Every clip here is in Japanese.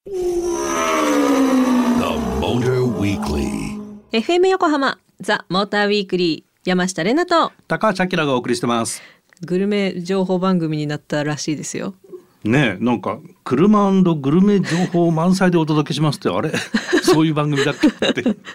FM 横浜ザ・モーターウィークリー、山下れなと高橋明がお送りしてます。 グルメ情報番組になったらしいですよねえ、なんか車&グルメ情報満載でお届けしますってあれそういう番組だっけって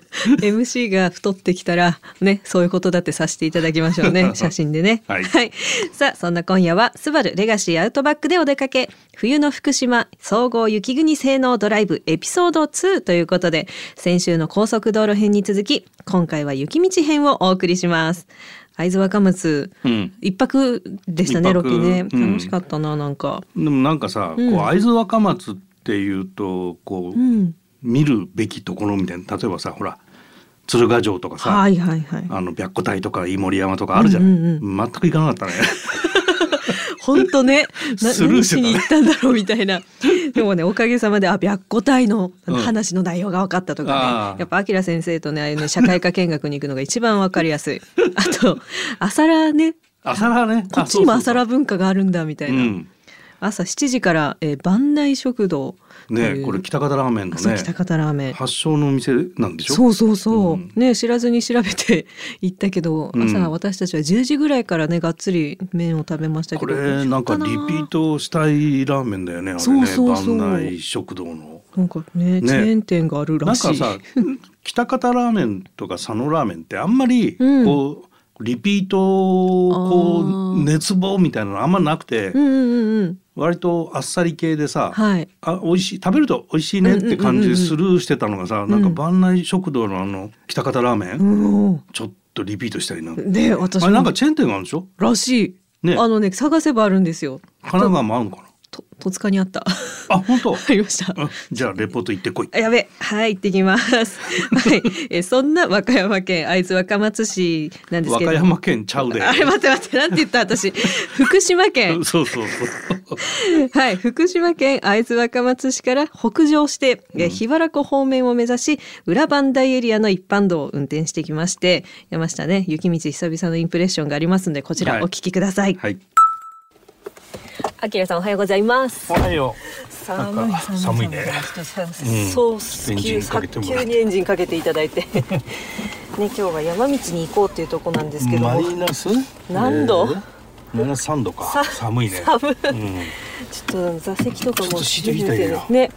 MC が太ってきたらね、そういうことだってさせていただきましょうね写真でね、はい、さあそんな今夜はスバルレガシーアウトバックでお出かけ、冬の福島総合雪国性能ドライブエピソード2ということで、先週の高速道路編に続き今回は雪道編をお送りします。会津若松、一泊でしたね、ロケね、楽しかったな。なんかでもなんかさ、こう会津若松っていうとこう、見るべきところみたいな、例えばさ、ほら鶴ヶ城とかさ、白虎隊とか飯盛山とかあるじゃん、全く行かなかったね本当ね、何しスルーしてたねに行ったんだろうみたいなでもね、おかげさまで白虎隊の話の内容が分かったとかね、やっぱ明先生とね、ああいうね社会科見学に行くのが一番分かりやすいあと朝ラーね、こっちにも朝ラー文化があるんだみたいな、朝7時から、万内食堂ね、これ北方ラーメンのね、 北方ラーメン発祥のお店なんでしょ。 そう、ね、知らずに調べて行ったけど、朝私たちは10時ぐらいからねがっつり麺を食べましたけど、 これなんかリピートしたいラーメンだよね、あれね。万内食堂のなんかね、チェーン店があるらしい。 なんかさ北方ラーメンとか佐野ラーメンってあんまりこう、リピートこう熱望みたいなのあんまなくて、割とあっさり系でさ、美味しい、食べると美味しいねって感じでスルーしてたのがさ、なんか万内食堂のあの北方ラーメン、ちょっとリピートしたいな。 で、私もあれなんかチェーン店があるんでしょらしい、ね、探せばあるんですよ。 神奈川もあるのかな。 戸塚にあった。 あ、本当。 ありました。 じゃあレポート行ってこい。 やべ、はい、行ってきます。はい、そんな和歌山県会津若松市なんですけど。 和歌山県ちゃうで。 あれ待ってなんて言った私。福島県。 そう。 はい、福島県会津若松市から北上して、桧原湖方面を目指し、裏磐梯エリアの一般道を運転してきまして、山下ね、雪道久々のインプレッションがありますので、こちらお聞きください。はい。あきらさんおはようございます。 おはよう。 寒いね。そう、早急にエンジンかけていただいてね、今日は山道に行こうっていうとこなんですけども、 マイナス何度？ マイナス3度か。寒いね。 ちょっと座席とかも敷いてみたいなね。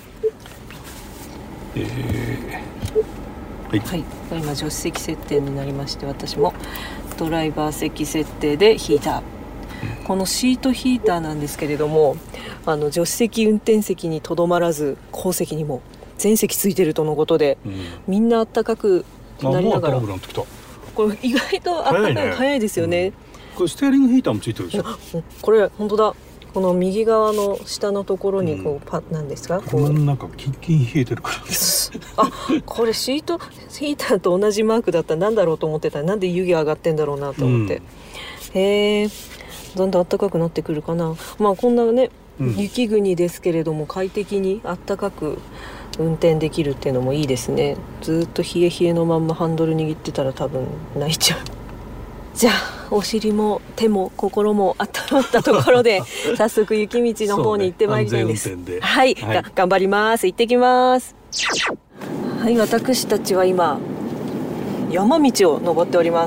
はい。 今助手席設定になりまして、私もドライバー席設定でヒーター。このシートヒーターなんですけれども、助手席運転席にとどまらず後席にも全席ついてるとのことで、みんなあったかくなりながら、これ意外とあったかいの早いですよね。 これステアリングヒーターもついてるでしょ。 これ本当だ。この右側の下のところにこう、なんですか、こう真ん中キンキン冷えてるからあ、これシートヒーターと同じマークだったらなんだろうと思ってたら、なんで湯気上がってんだろうなと思って、へー、だんだん暖かくなってくるかな。まあこんなね、雪国ですけれども快適に暖かく運転できるっていうのもいいですね。ずっと冷え冷えのまんまハンドル握ってたら多分泣いちゃう。じゃあお尻も手も心も温まったところで早速雪道の方に行ってまいりたいです。はい、頑張ります。行ってきます。はい、私たちは今山道を登っております。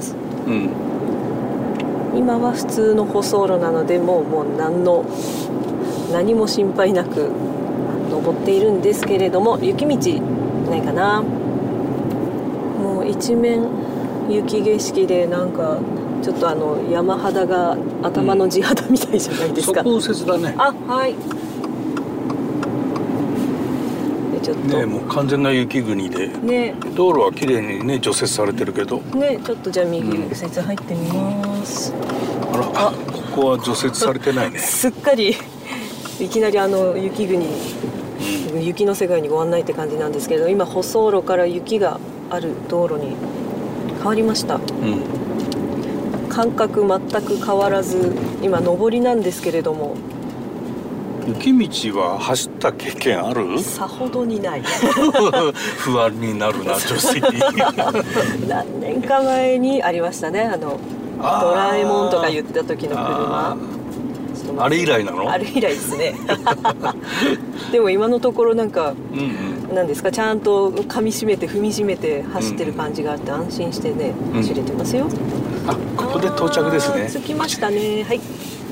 今は普通の舗装路なのでもう何も心配なく登っているんですけれども、雪道ないかな。もう一面雪景色で、なんかちょっと山肌が頭の地肌みたいじゃないですか。 側雪だね。 あ、はい。ちょっとね、もう完全な雪国で、道路は綺麗にね除雪されてるけどね、ちょっとじゃあ右右折入ってみます。 ここは除雪されてないね。 すっかりいきなり雪国、雪の世界にご案内って感じなんですけど、今舗装路から雪がある道路に変わりました。感覚全く変わらず今上りなんですけれども、 雪道は走った経験ある？ さほどにない不安になるな助手席何年か前にありましたね、ドラえもんとか言った時の車。ちょっとます。 あれ以来なの？ あれ以来ですねでも今のところなんか、なんですか、ちゃんと噛み締めて踏み締めて走ってる感じがあって安心してね、走れてますよ。 あ、ここで到着ですね。 着きましたね。はい。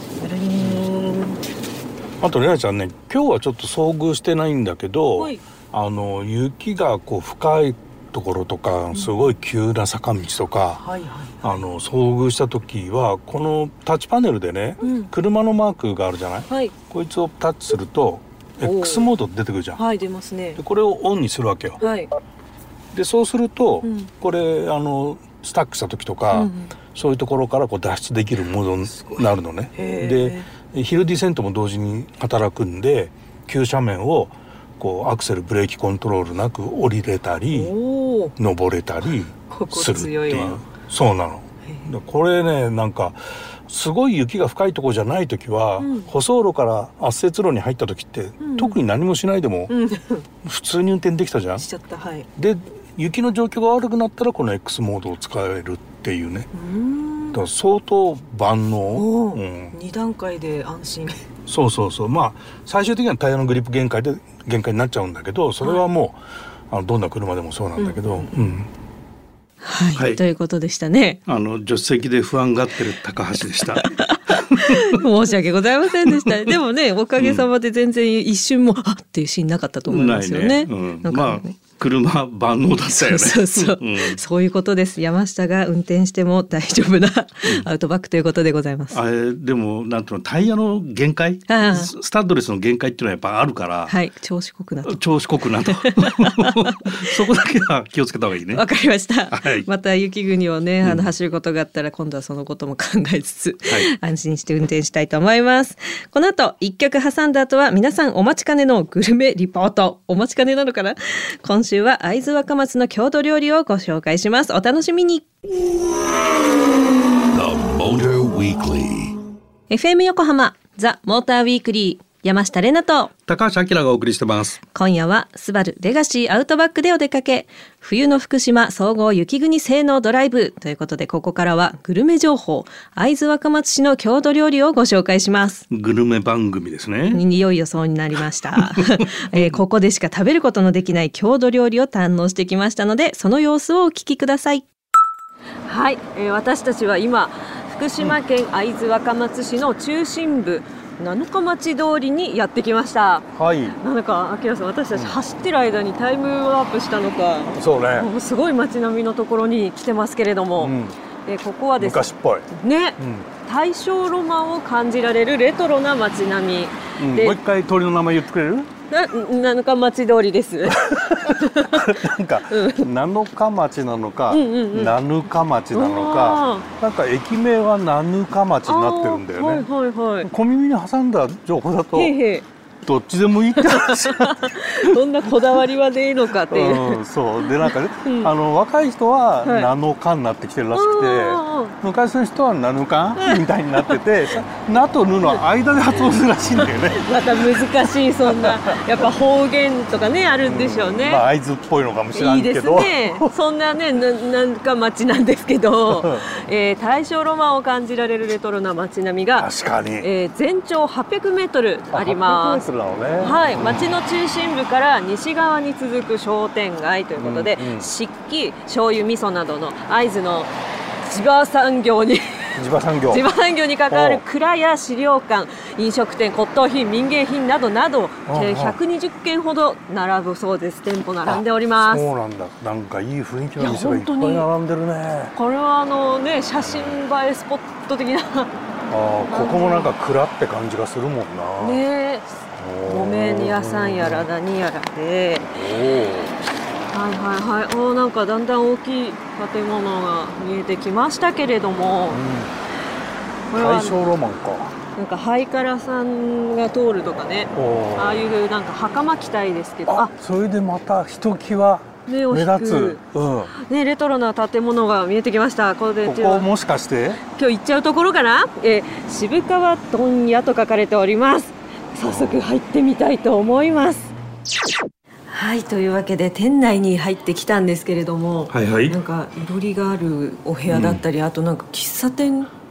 あとレナちゃんね、今日はちょっと遭遇してないんだけど、 はい、 雪がこう深いところとかすごい急な坂道とか、遭遇した時はこのタッチパネルでね、車のマークがあるじゃない、はい、こいつをタッチすると X モード出てくるじゃん。 はい、出ますね。でこれをオンにするわけよ。はい、でそうすると、これスタックした時とか、そういうところからこう脱出できるモードになるのね。でヒルディセントも同時に働くんで、急斜面をこうアクセルブレーキコントロールなく降りれたり登れたりするっていう。そうなの。これね、なんかすごい雪が深いところじゃない時は、舗装路から圧雪路に入った時って、特に何もしないでも普通に運転できたじゃん。しちゃった、はい、で雪の状況が悪くなったらこの X モードを使えるっていうね。だから相当万能、 2段階で安心。 そうそうそう。まあ最終的にはタイヤのグリップ限界になっちゃうんだけど、それはもうどんな車でもそうなんだけど、 はい、ということでしたね。 助手席で不安がってる高橋でした申し訳ございませんでしたでもね、おかげさまで全然一瞬もあっていうシーンなかったと思いますよね。なんかね、 車万能だったよね。 そういうことです。山下が運転しても大丈夫なアウトバックということでございます。 あれでもなんていうの、タイヤの限界、スタッドレスの限界っていうのはやっぱあるから、はい、 調子こくなとそこだけは気をつけた方がいいね。 わかりました、はい、また雪国をね走ることがあったら、今度はそのことも考えつつ、安心して運転したいと思います。この後一曲挟んだ後は皆さんお待ちかねのグルメリポート。お待ちかねなのかな。今週は会津若松の郷土料理をご紹介します。お楽しみに。 FM 横浜ザ・モーターウィークリー、山下れなと高橋明がお送りしてます。 今夜はスバルレガシーアウトバックでお出かけ、冬の福島総合雪国性能ドライブということで、ここからはグルメ情報、会津若松市の郷土料理をご紹介します。 グルメ番組ですね。 いよいよそうになりましたここでしか食べることのできない郷土料理を堪能してきましたので、その様子をお聞きください。はい、私たちは今福島県会津若松市の中心部、七日町通りにやってきました。はい。なんか明さん、私たち走ってる間にタイムワープしたのか、そうね、もうすごい街並みのところに来てますけれども、ここはですね、 昔っぽいね、 大正ロマンを感じられるレトロな街並み、でもう一回通りの名前言ってくれる？ 七日町通りですなんか、七日町なのか、七日町なのか、なんか駅名は七日町になってるんだよね。小耳に挟んだ情報だとどっちでもいいって話どんなこだわりはねえのかっていう、 そうで、なんかね、若い人は七日になってきてるらしくて、昔の人は七日みたいになってて、なとぬの間で発音するらしいんだよねまた難しい、そんなやっぱ方言とかねあるんでしょうね。 会津っぽいのかもしれないけど、 いいですねそんなね、なんか街なんですけど大正ロマンを感じられるレトロな街並みが確かに、 全長800メートルあります。はい、町の中心部から西側に続く商店街ということで、漆器、醤油、味噌などの会津の地場産業に関わる蔵や資料館、飲食店、骨董品、民芸品などなど計120軒ほど並ぶそうです。店舗並んでおります。 そうなんだ。なんかいい雰囲気の店がいっぱい並んでるね。 これはね、写真映えスポット的なここもなんか蔵って感じがするもんな。 ね、木綿屋さんやら何やらで、なんかだんだん大きい建物が見えてきましたけれども、 これは大正ロマンか。 なんかハイカラさんが通るとかね、ああいうなんか袴着たいですけど、 それでまたひときわ目立つ、 レトロな建物が見えてきました。ここもしかして今日行っちゃうところかな。渋川問屋と書かれております。早速入ってみたいと思います。はい、というわけで店内に入ってきたんですけれども、なんかいろりがあるお部屋だったり、あとなんか喫茶店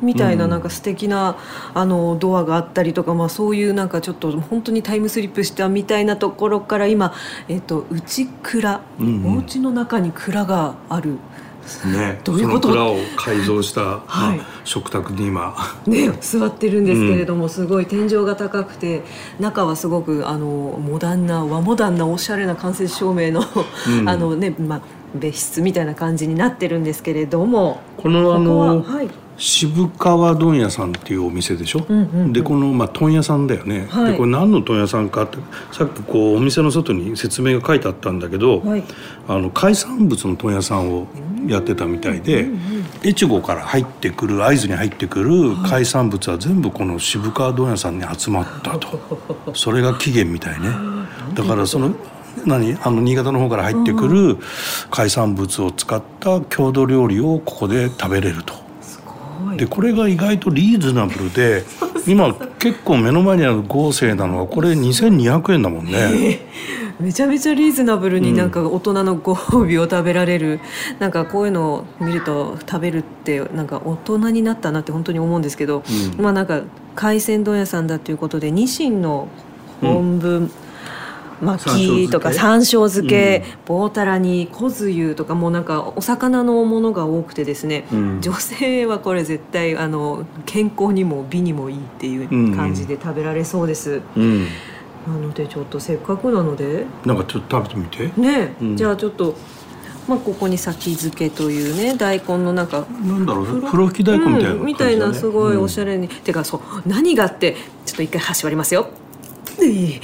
みたいな、なんか素敵なドアがあったりとか、そういうなんかちょっと本当にタイムスリップしたみたいなところから今、内蔵、お家の中に蔵がある。どういうこと？ その蔵を改造した、食卓に今座ってるんですけれども、すごい天井が高くて、中はすごく和モダンなおしゃれな間接照明の別室みたいな感じになってるんですけれども、 この渋川問屋さんっていうお店でしょ、でこの問屋さんだよね、でこれ何の問屋さんかってさっきお店の外に説明が書いてあったんだけど、海産物の問屋さんをやってたみたいで、越後から入ってくる、会津に入ってくる海産物は全部この渋川問屋さんに集まったと、それが起源みたいね。だからその新潟の方から入ってくる海産物を使った郷土料理をここで食べれると。でこれが意外とリーズナブルで今結構目の前にある豪勢なのはこれ2200円だもんね。 めちゃめちゃリーズナブルになんか大人のご褒美を食べられる、なんかこういうのを見ると食べるってなんか大人になったなって本当に思うんですけど、なんか海鮮丼屋さんだということでニシンの本分、巻きとか山椒漬け、棒たらに小つゆとか、もうなんかお魚のものが多くてですね、女性はこれ絶対健康にも美にもいいっていう感じで食べられそうです、なのでちょっとせっかくなのでなんかちょっと食べてみてね、じゃあちょっとここに先漬けというね大根のなんだろう、風呂吹き大根みたいな感じだね、 みたいなすごいおしゃれに、てかそう何があって、ちょっと一回箸割りますよ。器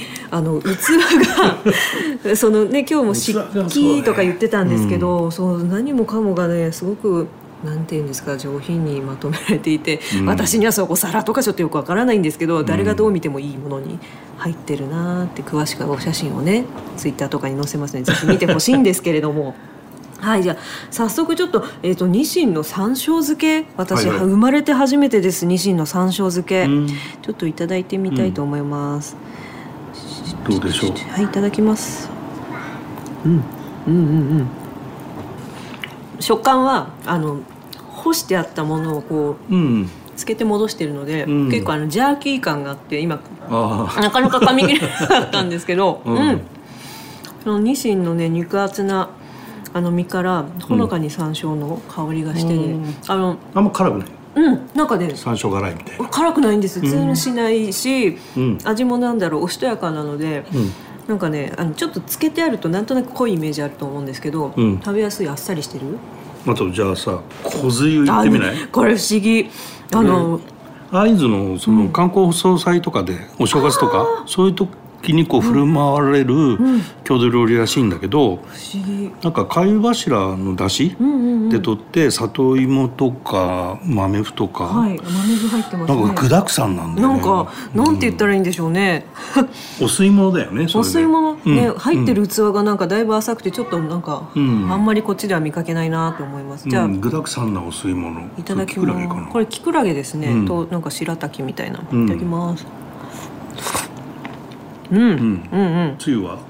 がそのね今日も漆器とか言ってたんですけど、そう何もかもがねすごくなんていうんですか、上品にまとめられていて、私にはお皿とかちょっとよくわからないんですけど、誰がどう見てもいいものに入ってるなって詳しくお写真をねツイッターとかに載せますのでぜひ見てほしいんですけれどもじゃあ早速ちょっと、ニシンの山椒漬け、私、生まれて初めてです。ニシンの山椒漬け、ちょっといただいてみたいと思います、 どうでしょう。 はい、いただきます。食感は干してあったものをこう、つけて戻してるので、結構ジャーキー感があって、今なかなか噛み切れなかったんですけど、そのニシンのね肉厚な身からほのかに山椒の香りがしてね、 あんま辛くない。 なんかね山椒辛いみたいな。 辛くないんです。ツーンしないし、味もおしとやかなので、なんかねちょっとつけてあるとなんとなく濃いイメージあると思うんですけど、食べやすいあっさりしてる。 あとじゃあさ、小つゆいってみない？ これ不思議。 会津のその観光総裁とかでお正月とかそういう時にこう振る舞われる郷土料理らしいんだけど、なんか貝柱の出汁で取って里芋とか豆腐とか、 豆腐入ってますね。 なんか具沢山なんだよね。 なんて言ったらいいんでしょうね。 お吸い物だよね。 お吸い物ね、入ってる器がなんかだいぶ浅くてちょっとなんか、あんまりこっちでは見かけないなと思います。じゃあ具沢山なお吸い物。 いただきます。これキクラゲですね、となんか白滝みたいな。いただきます。 つゆは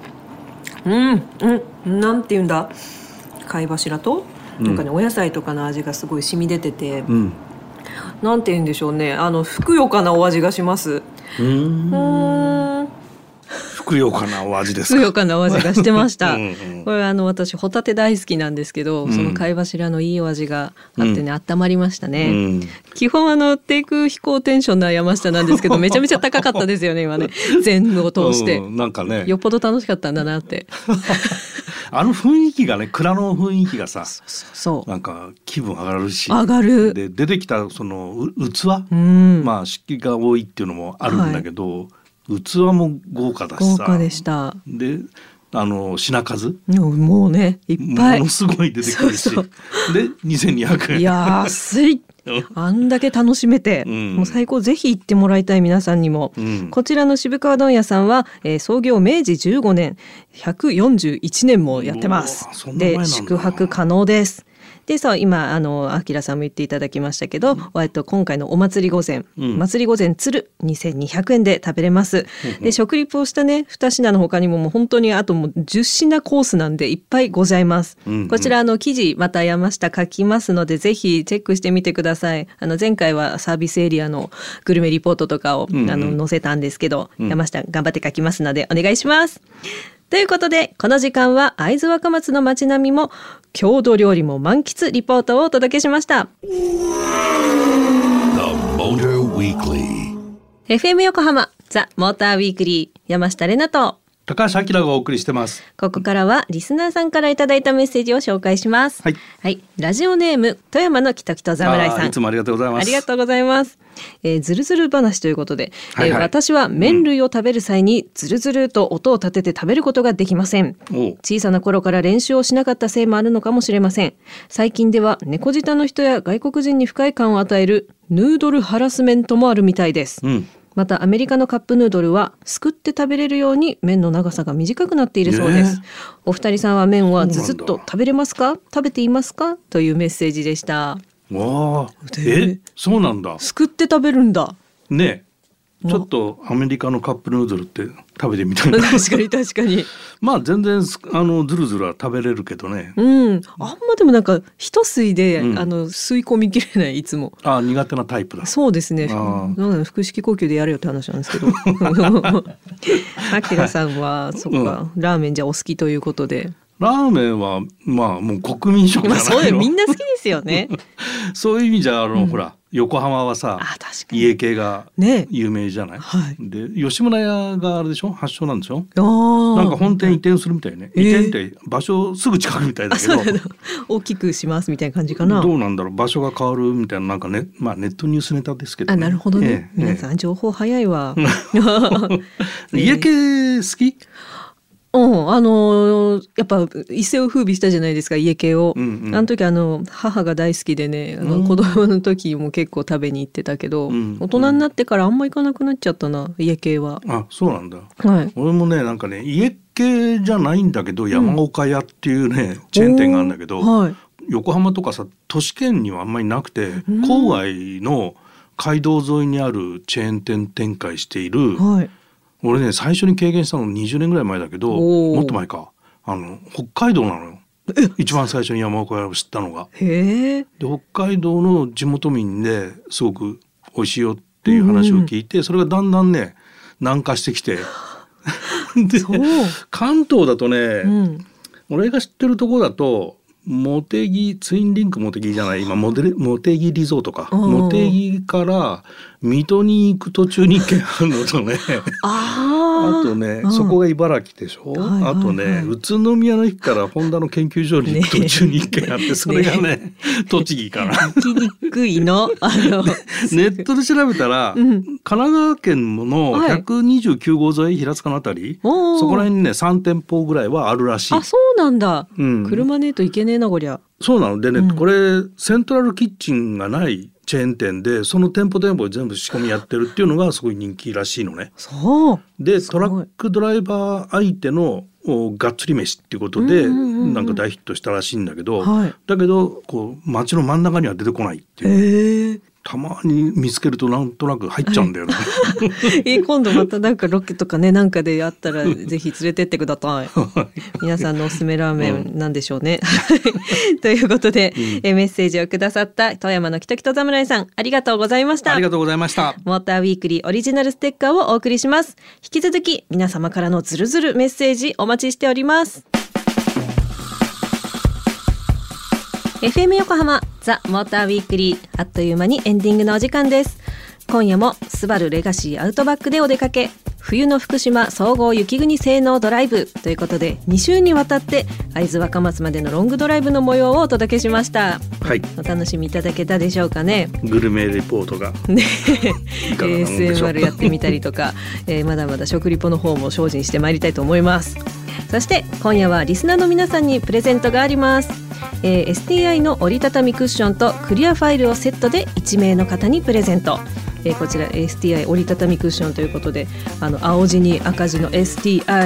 なんていうんだ、貝柱となんかね、お野菜とかの味がすごい染み出てて、なんていうんでしょうね、ふくよかなお味がします。 ふくよかなお味ですか。 ふくよかなお味がしてました。これ私ホタテ大好きなんですけど、その貝柱のいいお味があってね、温まりましたね。基本低空飛行テンションな山下なんですけど、めちゃめちゃ高かったですよね今ね、全部を通して、 なんかね、 よっぽど楽しかったんだなって。 雰囲気がね、蔵の雰囲気がさ、なんか気分上がるし、で出てきたその器、漆器が多いっていうのもあるんだけど、器も豪華だしさ、 豪華でした。 で品数もうねいっぱいものすごい出てくるし、で2200円。 安い。あんだけ楽しめて、もう最高。ぜひ行ってもらいたい皆さんにも、こちらの渋川問屋さんは、創業明治15年141年もやってます。で宿泊可能です。 でそう今あきらさんも言っていただきましたけど、今回のお祭り御膳、祭り御膳鶴2200円で食べれます。で食リポをしたね2品の他にももう本当にあともう10品コースなんでいっぱいございます。こちら記事また山下書きますのでぜひチェックしてみてください。前回はサービスエリアのグルメリポートとかを載せたんですけど、山下頑張って書きますのでお願いします。ということでこの時間は会津若松の街並みも郷土料理も満喫リポートをお届けしました。 FM 横浜ザ・モーターウィークリー、山下れなと高橋明がお送りしてます。 ここからはリスナーさんからいただいたメッセージを紹介します。はい、ラジオネーム富山のきときと侍さん、 いつもありがとうございます。 ありがとうございます。ずるずる話ということで、私は麺類を食べる際にずるずると音を立てて食べることができません。小さな頃から練習をしなかったせいもあるのかもしれません。最近では猫舌の人や外国人に不快感を与えるヌードルハラスメントもあるみたいです。またアメリカのカップヌードルはすくって食べれるように麺の長さが短くなっているそうです。お二人さんは麺はずずっと食べれますか、食べていますかというメッセージでした。 そうなんだ。 すくって食べるんだね。ちょっとアメリカのカップヌードルって食べてみたいな。 確かに確かに。 まあ全然ずるずるは食べれるけどね。 あんまでもなんか一吸いで、吸い込みきれないいつも。 苦手なタイプだ。 そうですね。腹式呼吸でやれよって話なんですけど。あきらさんはそっか、ラーメンじゃお好きということで。 ラーメンはもう国民食じゃないの。 そうみんな好きですよね。 そういう意味じゃほら横浜はさ家系が有名じゃない、で吉村屋があれでしょ、発祥なんでしょ。なんか本店移転するみたいね。移転って場所すぐ近くみたいだけど、 大きくしますみたいな感じかな。 どうなんだろう、場所が変わるみたいな、なんかね、ネットニュースネタですけど、 なるほどね、皆さん情報早いわ。 家系好き？ やっぱ一世を風靡したじゃないですか、家系を。あの時母が大好きでね、子供の時も結構食べに行ってたけど、大人になってからあんま行かなくなっちゃったな、家系は。 そうなんだ。俺もね、なんかね、家系じゃないんだけど山岡屋っていうね、チェーン店があるんだけど、横浜とかさ都市圏にはあんまりなくて、郊外の街道沿いにあるチェーン店展開している、俺ね最初に経験したの20年ぐらい前だけど、もっと前か、北海道なのよ。一番最初に山岡屋を知ったのが。で北海道の地元民ですごく美味しいよっていう話を聞いて、それがだんだんね南下してきてで関東だとね、俺が知ってるとこだと茂木ツインリンク茂木じゃない、今茂木リゾートか、茂木から水戸に行く途中に1軒あるのとねあとね、そこが茨城でしょ、あとね宇都宮の駅からホンダの研究所に行く途中に1軒あって、それがね栃木かな。 行きにくいのネットで調べたら、神奈川県の129号沿い、平塚のあたり、そこら辺にね3店舗ぐらいはあるらしい。 そうなんだ。車ねえといけねえなこりゃ。そうなのでね、これセントラルキッチンがないチェーン店で、その店舗全部仕込みやってるっていうのがすごい人気らしいのね。でトラックドライバー相手のがっつり飯っていうことで、なんか大ヒットしたらしいんだけど、だけどこう街の真ん中には出てこないっていう。たまに見つけるとなんとなく入っちゃうんだよね。 今度またなんかロケとかね、なんかであったらぜひ連れてってください。皆さんのおすすめラーメンなんでしょうね。ということで、メッセージをくださった富山のきときと侍さん、ありがとうございました。 ありがとうございました。 モーターウィークリーオリジナルステッカーをお送りします。引き続き皆様からのズルズルメッセージお待ちしております。FM 横浜ザ・モーターウィークリー、あっという間にエンディングのお時間です。今夜もスバルレガシーアウトバックでお出かけ、冬の福島総合雪国性能ドライブということで、2週にわたって会津若松までのロングドライブの模様をお届けしました。お楽しみいただけたでしょうかね。 グルメレポートが ASMR やってみたりとか、まだまだ食リポの方も精進してまいりたいと思います。そして今夜はリスナーの皆さんにプレゼントがあります。STI の折りたたみクッションとクリアファイルをセットで1名の方にプレゼント。こちら STI 折りたたみクッションということで、青字に赤字の STI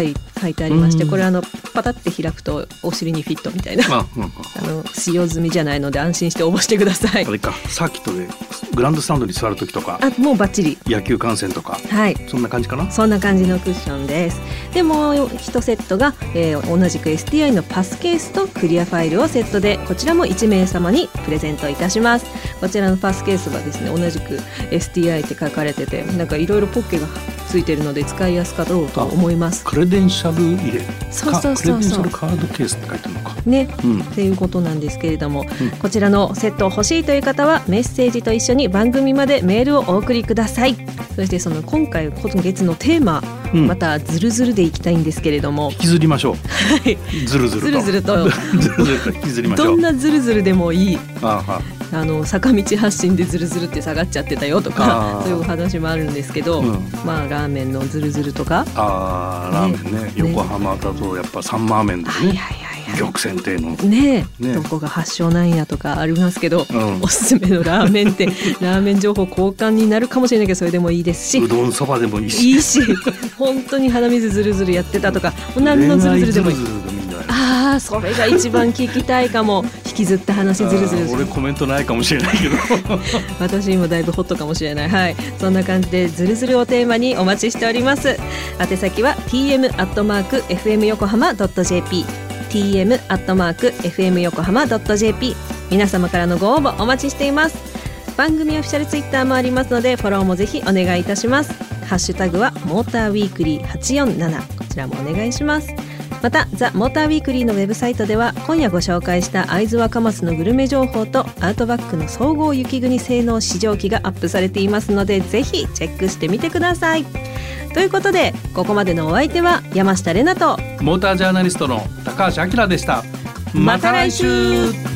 書いてありまして、これパタって開くとお尻にフィットみたいな使用済みじゃないので安心して応募してください。 あれか、サーキットでグランドスタンドに座る時とか、 もうバッチリ野球観戦とか、 はい、 そんな感じかな。 そんな感じのクッションです。でもう1セットが、同じく STI のパスケースとクリアファイルをセットで、こちらも1名様にプレゼントいたします。こちらのパスケースはですね、同じく STI って書かれてて、なんかいろいろポッケがついてるので使いやすかろうと思います。 クレデンシャル入れ、 そうクレデンシャルカードケースって書いてるのかね、っていうことなんですけれども、こちらのセットを欲しいという方はメッセージと一緒に番組までメールをお送りください。そして今回今月のテーマ、またズルズルでいきたいんですけれども、 引きずりましょう。はい、ズルズルとズルズルと引きずりましょう。 どんなズルズルでもいい。坂道発進でズルズルって下がっちゃってたよとか、そういう話もあるんですけど、ラーメンのズルズルとか、 ラーメンね、横浜だとやっぱサンマーメンだよね、玉泉亭のね、どこが発祥なんやとかありますけど、おすすめのラーメンってラーメン情報交換になるかもしれないけど、それでもいいですし、 うどんそばでもいいし、 本当に鼻水ズルズルやってたとか、何のズルズルでもいい。それが一番聞きたいかも。引きずった話ズルズル。 俺コメントないかもしれないけど私今だいぶホットかもしれない。はい、そんな感じでズルズルをテーマにお待ちしております。宛先は tm@fmyokohama.jp tm@fmyokohama.jp。 皆様からのご応募お待ちしています。番組オフィシャルツイッターもありますので、フォローもぜひお願いいたします。ハッシュタグはモーターウィークリー847、こちらもお願いします。またザ・モーターウィークリーのウェブサイトでは、今夜ご紹介した会津若松のグルメ情報とアウトバックの総合雪国性能試乗機がアップされていますので、ぜひチェックしてみてください。ということで、ここまでのお相手は山下れなとモータージャーナリストの高橋明でした。 また来週。